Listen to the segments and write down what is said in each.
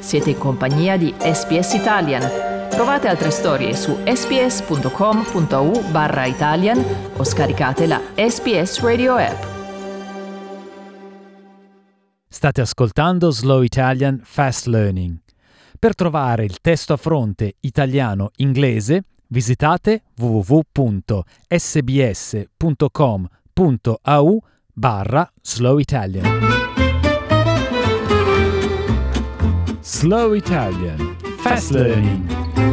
Siete in compagnia di SPS Italian. Trovate altre storie su sps.com.au/Italian o scaricate la SPS Radio app. State ascoltando Slow Italian Fast Learning. Per trovare il testo a fronte italiano-inglese, visitate www.sbs.com.au/Slow Italian. Slow Italian Fast Learning.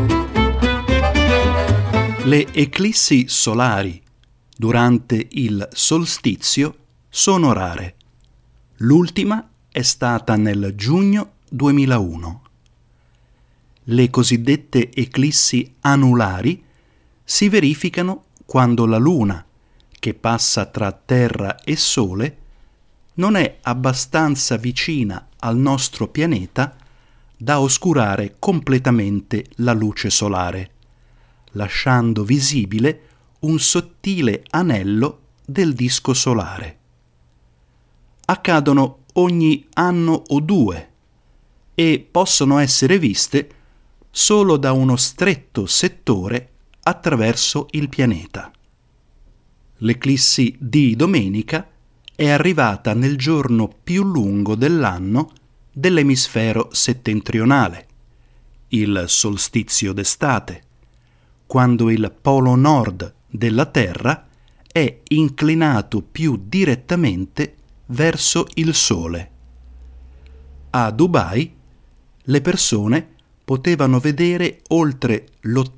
Le eclissi solari durante il solstizio sono rare. L'ultima è stata nel giugno 2001. Le cosiddette eclissi anulari si verificano quando la Luna, che passa tra Terra e Sole, non è abbastanza vicina al nostro pianeta da oscurare completamente la luce solare, lasciando visibile un sottile anello del disco solare. Accadono ogni anno o due e possono essere viste solo da uno stretto settore attraverso il pianeta. L'eclissi di domenica è arrivata nel giorno più lungo dell'anno dell'emisfero settentrionale, il solstizio d'estate, quando il polo nord della Terra è inclinato più direttamente verso il Sole. A Dubai le persone potevano vedere oltre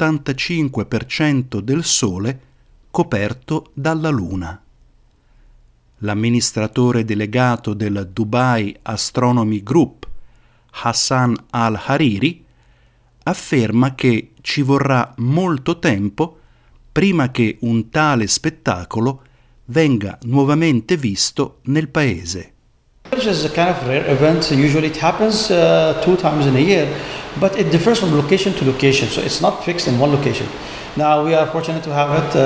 l'85% del Sole coperto dalla Luna. L'amministratore delegato del Dubai Astronomy Group, Hassan Al-Hariri, afferma che ci vorrà molto tempo prima che un tale spettacolo venga nuovamente visto nel paese. This is a kind of rare event. Usually it happens 2 times in a year, but it differs from location to location, so it's not fixed in one location. Now we are fortunate to have it,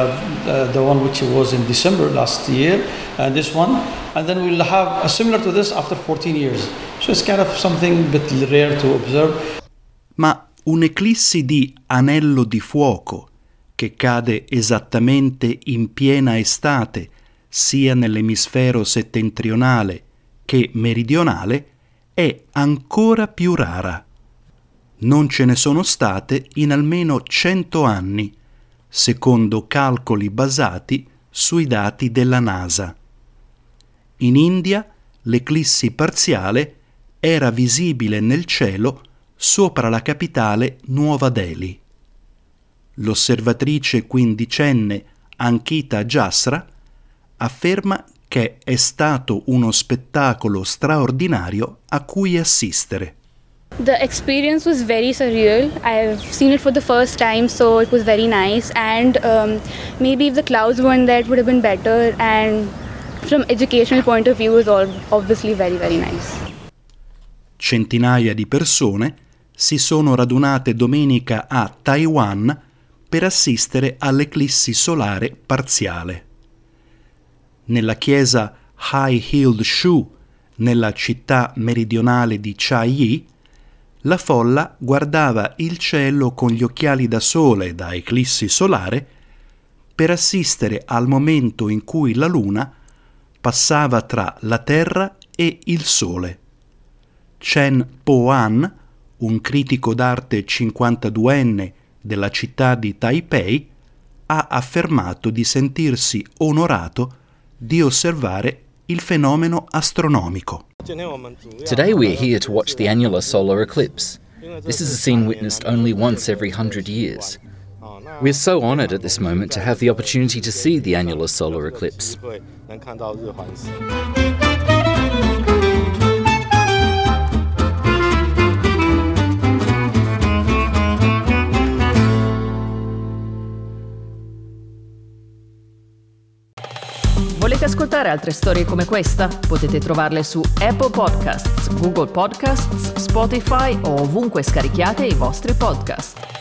the one which was in December last year, and this one, and then we'll have a similar to this after 14 years. So it's kind of something a bit rare to observe. Ma un'eclissi di anello di fuoco che cade esattamente in piena estate, sia nell'emisfero settentrionale che meridionale, è ancora più rara. Non ce ne sono state in almeno 100 anni, secondo calcoli basati sui dati della NASA. In India l'eclissi parziale era visibile nel cielo sopra la capitale Nuova Delhi. L'osservatrice quindicenne Ankita Jasra afferma che è stato uno spettacolo straordinario a cui assistere. The experience was very surreal. I've seen it for the first time, so it was very nice. And maybe if the clouds weren't there, it would have been better. And from educational point of view, it was obviously very, very nice. Centinaia di persone si sono radunate domenica a Taiwan per assistere all'eclissi solare parziale. Nella chiesa High Heeled Shoe, nella città meridionale di Chiayi, la folla guardava il cielo con gli occhiali da sole da eclissi solare per assistere al momento in cui la Luna passava tra la Terra e il Sole. Chen Po-an, un critico d'arte 52enne della città di Taipei, ha affermato di sentirsi onorato di osservare il fenomeno astronomico. Today we're here to watch the annular solar eclipse. This is a scene witnessed only once every 100 years. We're so honored at this moment to have the opportunity to see the annular solar eclipse. Volete ascoltare altre storie come questa? Potete trovarle su Apple Podcasts, Google Podcasts, Spotify o ovunque scarichiate i vostri podcast.